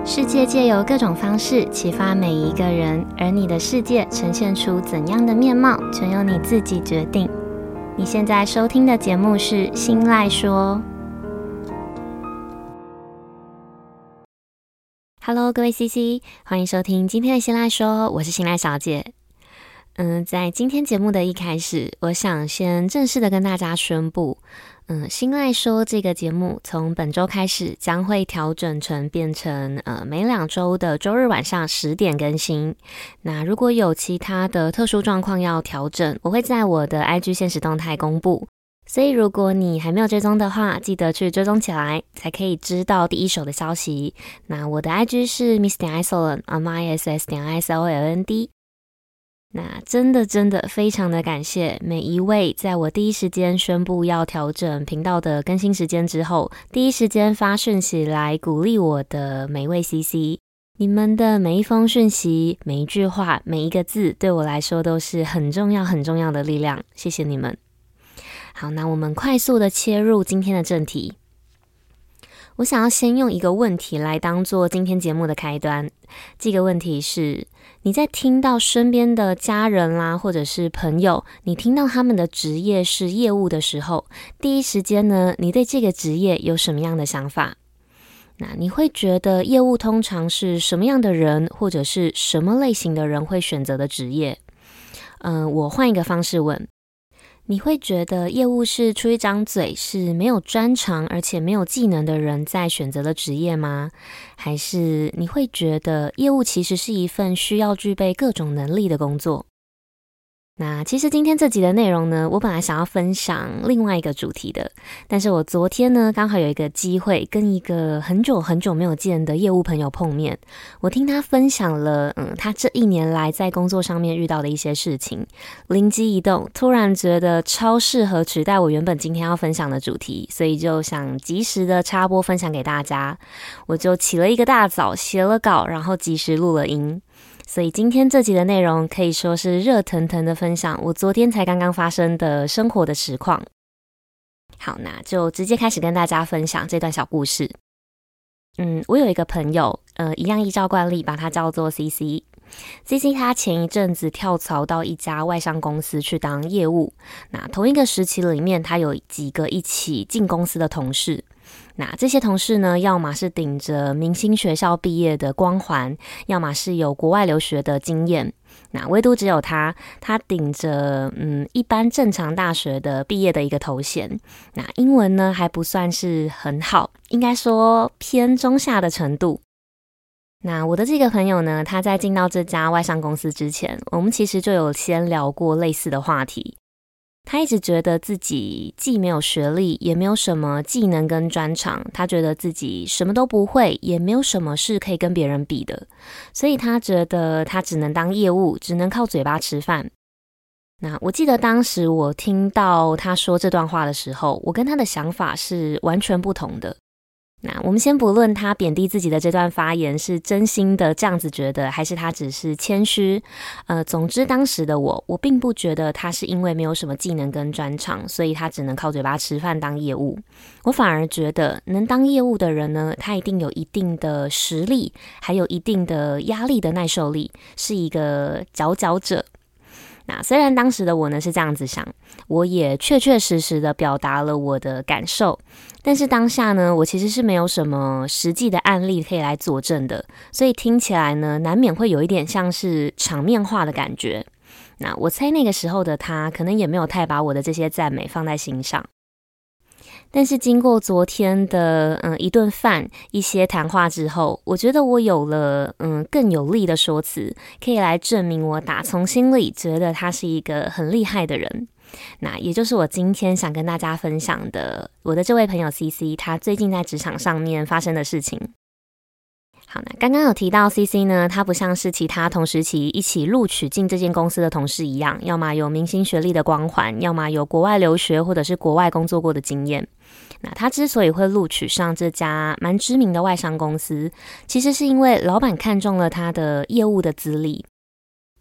世界借由各种方式启发每一个人，而你的世界呈现出怎样的面貌，全由你自己决定。你现在收听的节目是《心赖说》。Hello， 各位 CC， 欢迎收听今天的《心赖说》，我是心赖小姐。在今天节目的一开始，我想先正式的跟大家宣布，心赖说这个节目从本周开始将会调整成变成每2周的周日晚上10点更新。那如果有其他的特殊状况要调整，我会在我的 IG 限时动态公布。所以如果你还没有追踪的话，记得去追踪起来，才可以知道第一手的消息。那我的 IG 是 miss.isoland，miss.isoland。那真的非常的感谢每一位在我第一时间宣布要调整频道的更新时间之后，第一时間发讯息来鼓励我的每一位 CC。 你们的每一封讯息，每一句话，每一个字，对我来说都是很重要的力量，谢谢你们。好，那我们快速的切入今天的正题。我想要先用一个问题来当做今天节目的开端。这个问题是，你在听到身边的家人啦，或者是朋友，你听到他们的职业是业务的时候，第一时间呢，你对这个职业有什么样的想法？那你会觉得业务通常是什么样的人，或者是什么类型的人会选择的职业？我换一个方式问，你会觉得业务是出一张嘴，是没有专长而且没有技能的人在选择的职业吗？还是你会觉得业务其实是一份需要具备各种能力的工作？那其实今天这集的内容呢，我本来想要分享另外一个主题的，但是我昨天呢刚好有一个机会跟一个很久没有见的业务朋友碰面，我听他分享了他这1年来在工作上面遇到的一些事情，灵机一动，突然觉得超适合取代我原本今天要分享的主题，所以就想及时的插播分享给大家。我就起了一个大早，写了稿，然后及时录了音。所以今天这集的内容可以说是热腾腾的分享我昨天才刚刚发生的生活的实况。好，那就直接开始跟大家分享这段小故事。我有一个朋友，一样依照惯例把他叫做 CC。CC 他前一阵子跳槽到一家外商公司去当业务，那同一个时期里面，他有几个一起进公司的同事。那这些同事呢，要么是顶着明星学校毕业的光环，要么是有国外留学的经验。那唯独只有他顶着一般正常大学的毕业的一个头衔。那英文呢还不算是很好，应该说偏中下的程度。那我的这个朋友呢，他在进到这家外商公司之前，我们其实就有先聊过类似的话题。他一直觉得自己既没有学历，也没有什么技能跟专长，他觉得自己什么都不会，也没有什么是可以跟别人比的，所以他觉得他只能当业务，只能靠嘴巴吃饭。那我记得当时我听到他说这段话的时候，我跟他的想法是完全不同的。那我们先不论他贬低自己的这段发言是真心的这样子觉得，还是他只是谦虚。总之当时的我并不觉得他是因为没有什么技能跟专长，所以他只能靠嘴巴吃饭当业务。我反而觉得能当业务的人呢，他一定有一定的实力，还有一定的压力的耐受力，是一个佼佼者。那虽然当时的我呢是这样子想，我也确实的表达了我的感受，但是当下呢，我其实是没有什么实际的案例可以来佐证的，所以听起来呢，难免会有一点像是场面话的感觉。那我猜那个时候的他，可能也没有太把我的这些赞美放在心上。但是经过昨天的一顿饭，一些谈话之后，我觉得我有了更有力的说辞，可以来证明我打从心里觉得他是一个很厉害的人。那也就是我今天想跟大家分享的，我的这位朋友 CC 他最近在职场上面发生的事情。好，那刚刚有提到 CC 呢，他不像是其他同时期一起录取进这间公司的同事一样，要么有明星学历的光环，要么有国外留学或者是国外工作过的经验。那他之所以会录取上这家蛮知名的外商公司，其实是因为老板看中了他的业务的资历。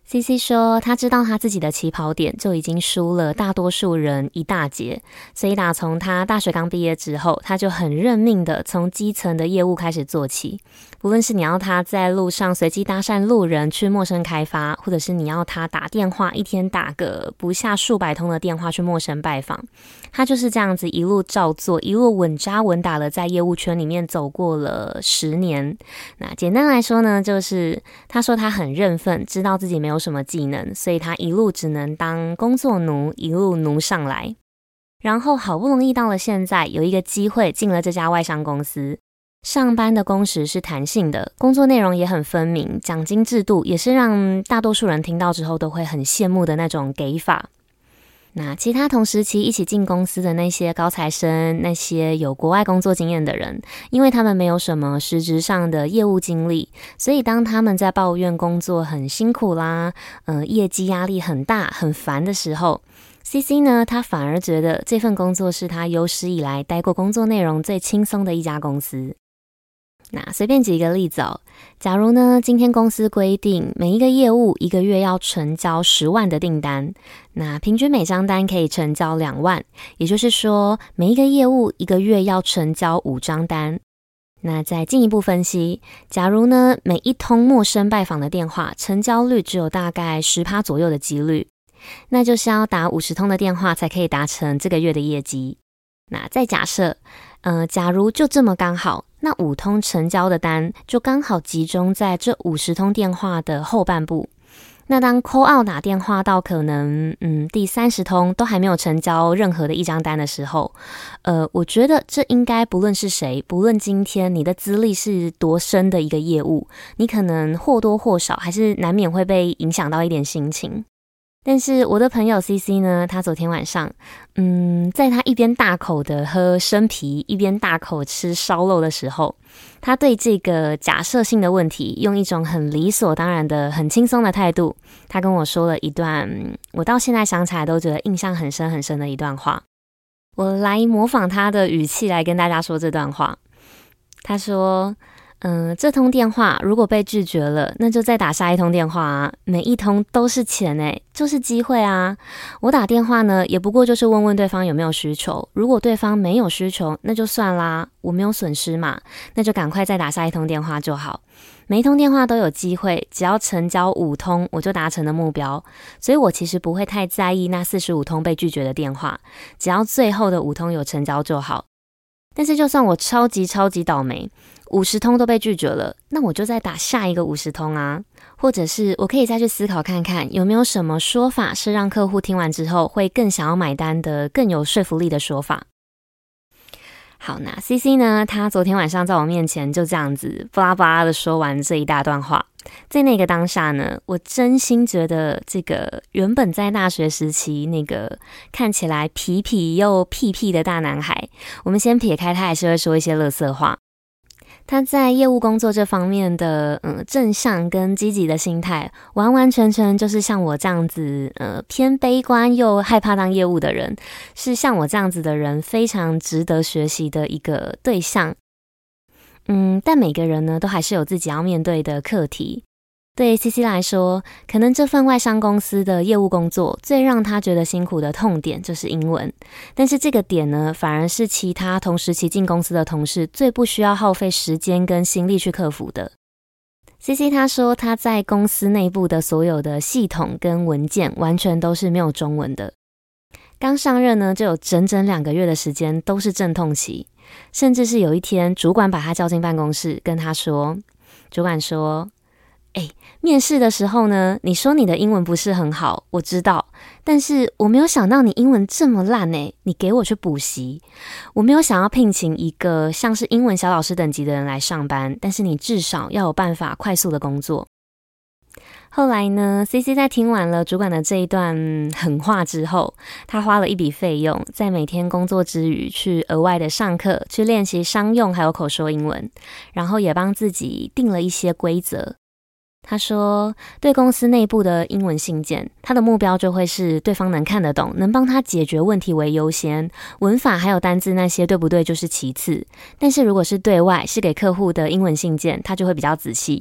CC 说他知道他自己的起跑点就已经输了大多数人一大截，所以打从他大学刚毕业之后，他就很认命的从基层的业务开始做起。不论是你要他在路上随机搭讪路人去陌生开发，或者是你要他打电话一天打个不下数百通的电话去陌生拜访，他就是这样子一路照做，一路稳扎稳打的在业务圈里面走过了10年。那简单来说呢，就是他说他很认份，知道自己没有什么技能，所以他一路只能当工作奴，一路奴上来。然后好不容易到了现在，有一个机会进了这家外商公司，上班的工时是弹性的，工作内容也很分明，奖金制度也是让大多数人听到之后都会很羡慕的那种给法。那其他同时期一起进公司的那些高材生，那些有国外工作经验的人，因为他们没有什么实质上的业务经历，所以当他们在抱怨工作很辛苦啦，业绩压力很大很烦的时候， CC 呢，他反而觉得这份工作是他有史以来待过工作内容最轻松的一家公司。那随便举一个例子哦，假如呢，今天公司规定每一个业务一个月要成交10万的订单，那平均每张单可以成交2万，也就是说每一个业务一个月要成交5张单。那再进一步分析，假如呢，每一通陌生拜访的电话成交率只有大概 10% 左右的几率，那就是要打50通的电话才可以达成这个月的业绩。那再假设假如就这么刚好，那5通成交的单就刚好集中在这50通电话的后半部。那当 call out 打电话到可能第30通都还没有成交任何的一张单的时候，我觉得这应该不论是谁，不论今天你的资历是多深的一个业务，你可能或多或少还是难免会被影响到一点心情。但是我的朋友 CC 呢，他昨天晚上在他一边大口的喝生啤，一边大口吃烧肉的时候，他对这个假设性的问题用一种很理所当然的很轻松的态度，他跟我说了一段我到现在想起来都觉得印象很深很深的一段话。我来模仿他的语气来跟大家说这段话。他说这通电话如果被拒绝了，那就再打下一通电话啊，每一通都是钱欸，就是机会啊。我打电话呢，也不过就是问问对方有没有需求，如果对方没有需求，那就算啦，我没有损失嘛，那就赶快再打下一通电话就好。每一通电话都有机会，只要成交5通，我就达成了目标。所以我其实不会太在意那45通被拒绝的电话，只要最后的5通有成交就好。但是就算我超级倒霉，50通都被拒绝了，那我就再打下一个50通啊。或者是我可以再去思考看看，有没有什么说法是让客户听完之后会更想要买单的，更有说服力的说法。好，那 CC 呢，他昨天晚上在我面前就这样子巴拉巴拉的说完这一大段话。在那个当下呢，我真心觉得这个原本在大学时期那个看起来痞痞又屁屁的大男孩，我们先撇开他还是会说一些垃圾话，他在业务工作这方面的正向跟积极的心态，完完全全就是像我这样子偏悲观又害怕当业务的人，是像我这样子的人非常值得学习的一个对象。但每个人呢都还是有自己要面对的课题。对 CC 来说，可能这份外商公司的业务工作最让他觉得辛苦的痛点就是英文，但是这个点呢，反而是其他同时期进公司的同事最不需要耗费时间跟心力去克服的。CC 他说他在公司内部的所有的系统跟文件完全都是没有中文的。刚上任呢，就有整整2个月的时间都是阵痛期，甚至是有一天主管把他叫进办公室跟他说，主管说面试的时候呢，你说你的英文不是很好，我知道，但是我没有想到你英文这么烂你给我去补习。我没有想要聘请一个像是英文小老师等级的人来上班，但是你至少要有办法快速的工作。后来呢 CC 在听完了主管的这一段狠话之后，他花了一笔费用，在每天工作之余去额外的上课，去练习商用还有口说英文，然后也帮自己定了一些规则。他说对公司内部的英文信件，他的目标就会是对方能看得懂，能帮他解决问题为优先，文法还有单字那些对不对就是其次，但是如果是对外是给客户的英文信件，他就会比较仔细。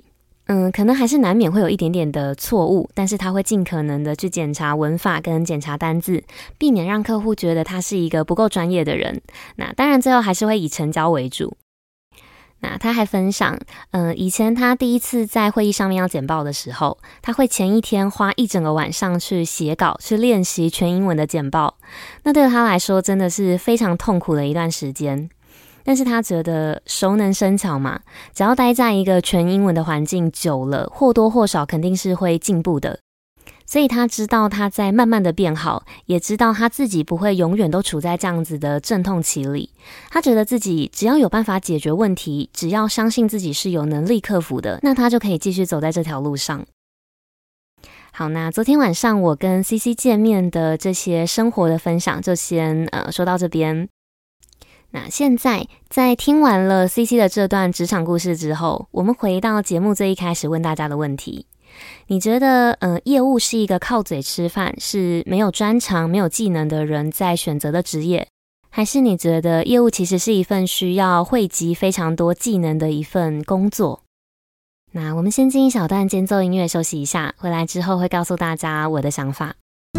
可能还是难免会有一点点的错误，但是他会尽可能的去检查文法跟检查单字，避免让客户觉得他是一个不够专业的人。那当然最后还是会以成交为主。那他还分享，以前他第一次在会议上面要简报的时候，他会前一天花一整个晚上去写稿，去练习全英文的简报。那对他来说真的是非常痛苦的一段时间。但是他觉得熟能生巧嘛，只要待在一个全英文的环境久了，或多或少肯定是会进步的。所以他知道他在慢慢的变好，也知道他自己不会永远都处在这样子的阵痛期里。他觉得自己只要有办法解决问题，只要相信自己是有能力克服的，那他就可以继续走在这条路上。好，那昨天晚上我跟 CC 见面的这些生活的分享就先说到这边。那现在在听完了 CC 的这段职场故事之后，我们回到节目最一开始问大家的问题。你觉得业务是一个靠嘴吃饭，是没有专长没有技能的人在选择的职业，还是你觉得业务其实是一份需要汇集非常多技能的一份工作？那我们先进一小段间奏音乐休息一下，回来之后会告诉大家我的想法。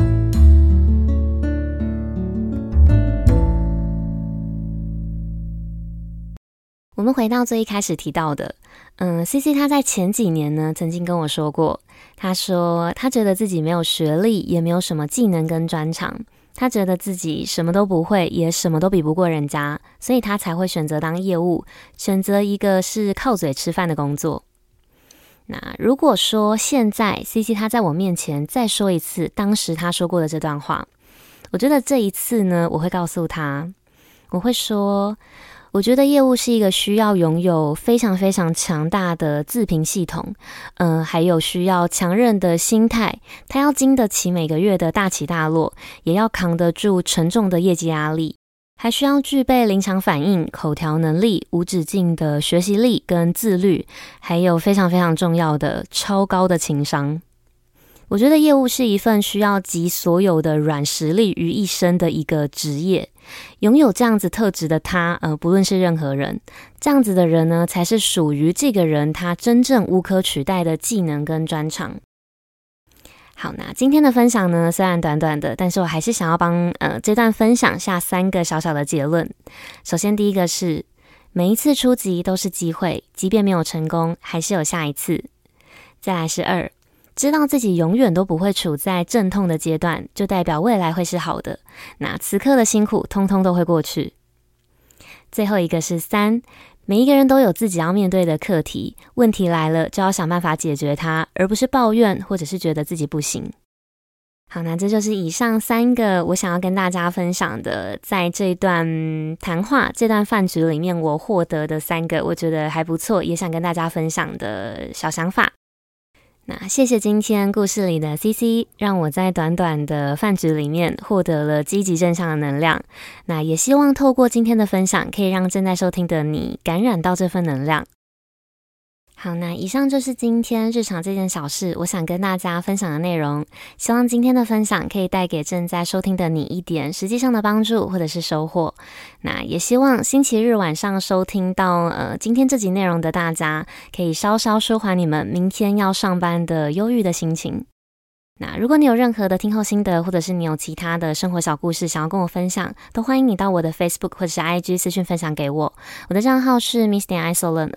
我们回到最一开始提到的CC 他在前几年呢曾经跟我说过，他说他觉得自己没有学历，也没有什么技能跟专长，他觉得自己什么都不会，也什么都比不过人家，所以他才会选择当业务，选择一个是靠嘴吃饭的工作。那如果说现在 CC 他在我面前再说一次当时他说过的这段话，我觉得这一次呢，我会告诉他，我会说，我觉得业务是一个需要拥有非常非常强大的自评系统，还有需要强韧的心态，他要经得起每个月的大起大落，也要扛得住沉重的业绩压力，还需要具备临场反应、口条能力、无止境的学习力跟自律，还有非常非常重要的超高的情商。我觉得业务是一份需要集所有的软实力于一身的一个职业，拥有这样子特质的他，不论是任何人，这样子的人呢，才是属于这个人他真正无可取代的技能跟专长。好，那今天的分享呢，虽然短短的，但是我还是想要帮这段分享下3个小小的结论。首先第一个是，每一次出击都是机会，即便没有成功，还是有下一次。再来是2，知道自己永远都不会处在阵痛的阶段，就代表未来会是好的，那此刻的辛苦通通都会过去。最后一个是3，每一个人都有自己要面对的课题，问题来了就要想办法解决它，而不是抱怨或者是觉得自己不行。好，那这就是以上3个我想要跟大家分享的，在这段谈话这段饭局里面我获得的3个我觉得还不错，也想跟大家分享的小想法。那谢谢今天故事里的 CC， 让我在短短的饭局里面获得了积极正向的能量。那也希望透过今天的分享，可以让正在收听的你感染到这份能量。好，那以上就是今天日常这件小事我想跟大家分享的内容，希望今天的分享可以带给正在收听的你一点实际上的帮助或者是收获。那也希望星期日晚上收听到今天这集内容的大家，可以稍稍舒缓你们明天要上班的忧郁的心情。那如果你有任何的听后心得，或者是你有其他的生活小故事想要跟我分享，都欢迎你到我的 Facebook 或者是 IG 私讯分享给我。我的账号是 miss.isoland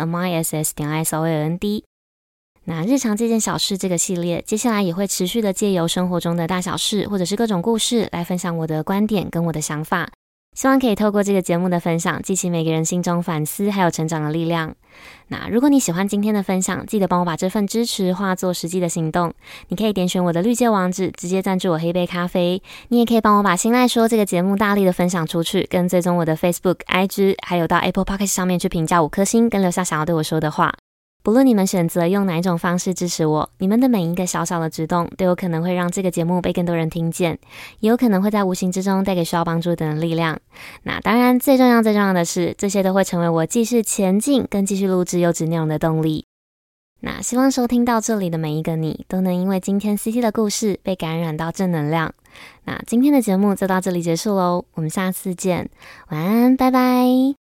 miss.isoland。 那日常这件小事这个系列，接下来也会持续的借由生活中的大小事或者是各种故事来分享我的观点跟我的想法，希望可以透过这个节目的分享，激起每个人心中反思还有成长的力量。那如果你喜欢今天的分享，记得帮我把这份支持化作实际的行动。你可以点选我的绿界网址，直接赞助我喝一杯咖啡。你也可以帮我把新赖说这个节目大力的分享出去，跟追踪我的 Facebook、IG， 还有到 Apple Podcast 上面去评价5颗星，跟留下想要对我说的话。不论你们选择用哪一种方式支持我，你们的每一个小小的举动都有可能会让这个节目被更多人听见，也有可能会在无形之中带给需要帮助的人力量。那当然最重要的是，这些都会成为我继续前进跟继续录制优质内容的动力。那希望收听到这里的每一个你，都能因为今天 CC 的故事被感染到正能量。那今天的节目就到这里结束咯，我们下次见，晚安，拜拜。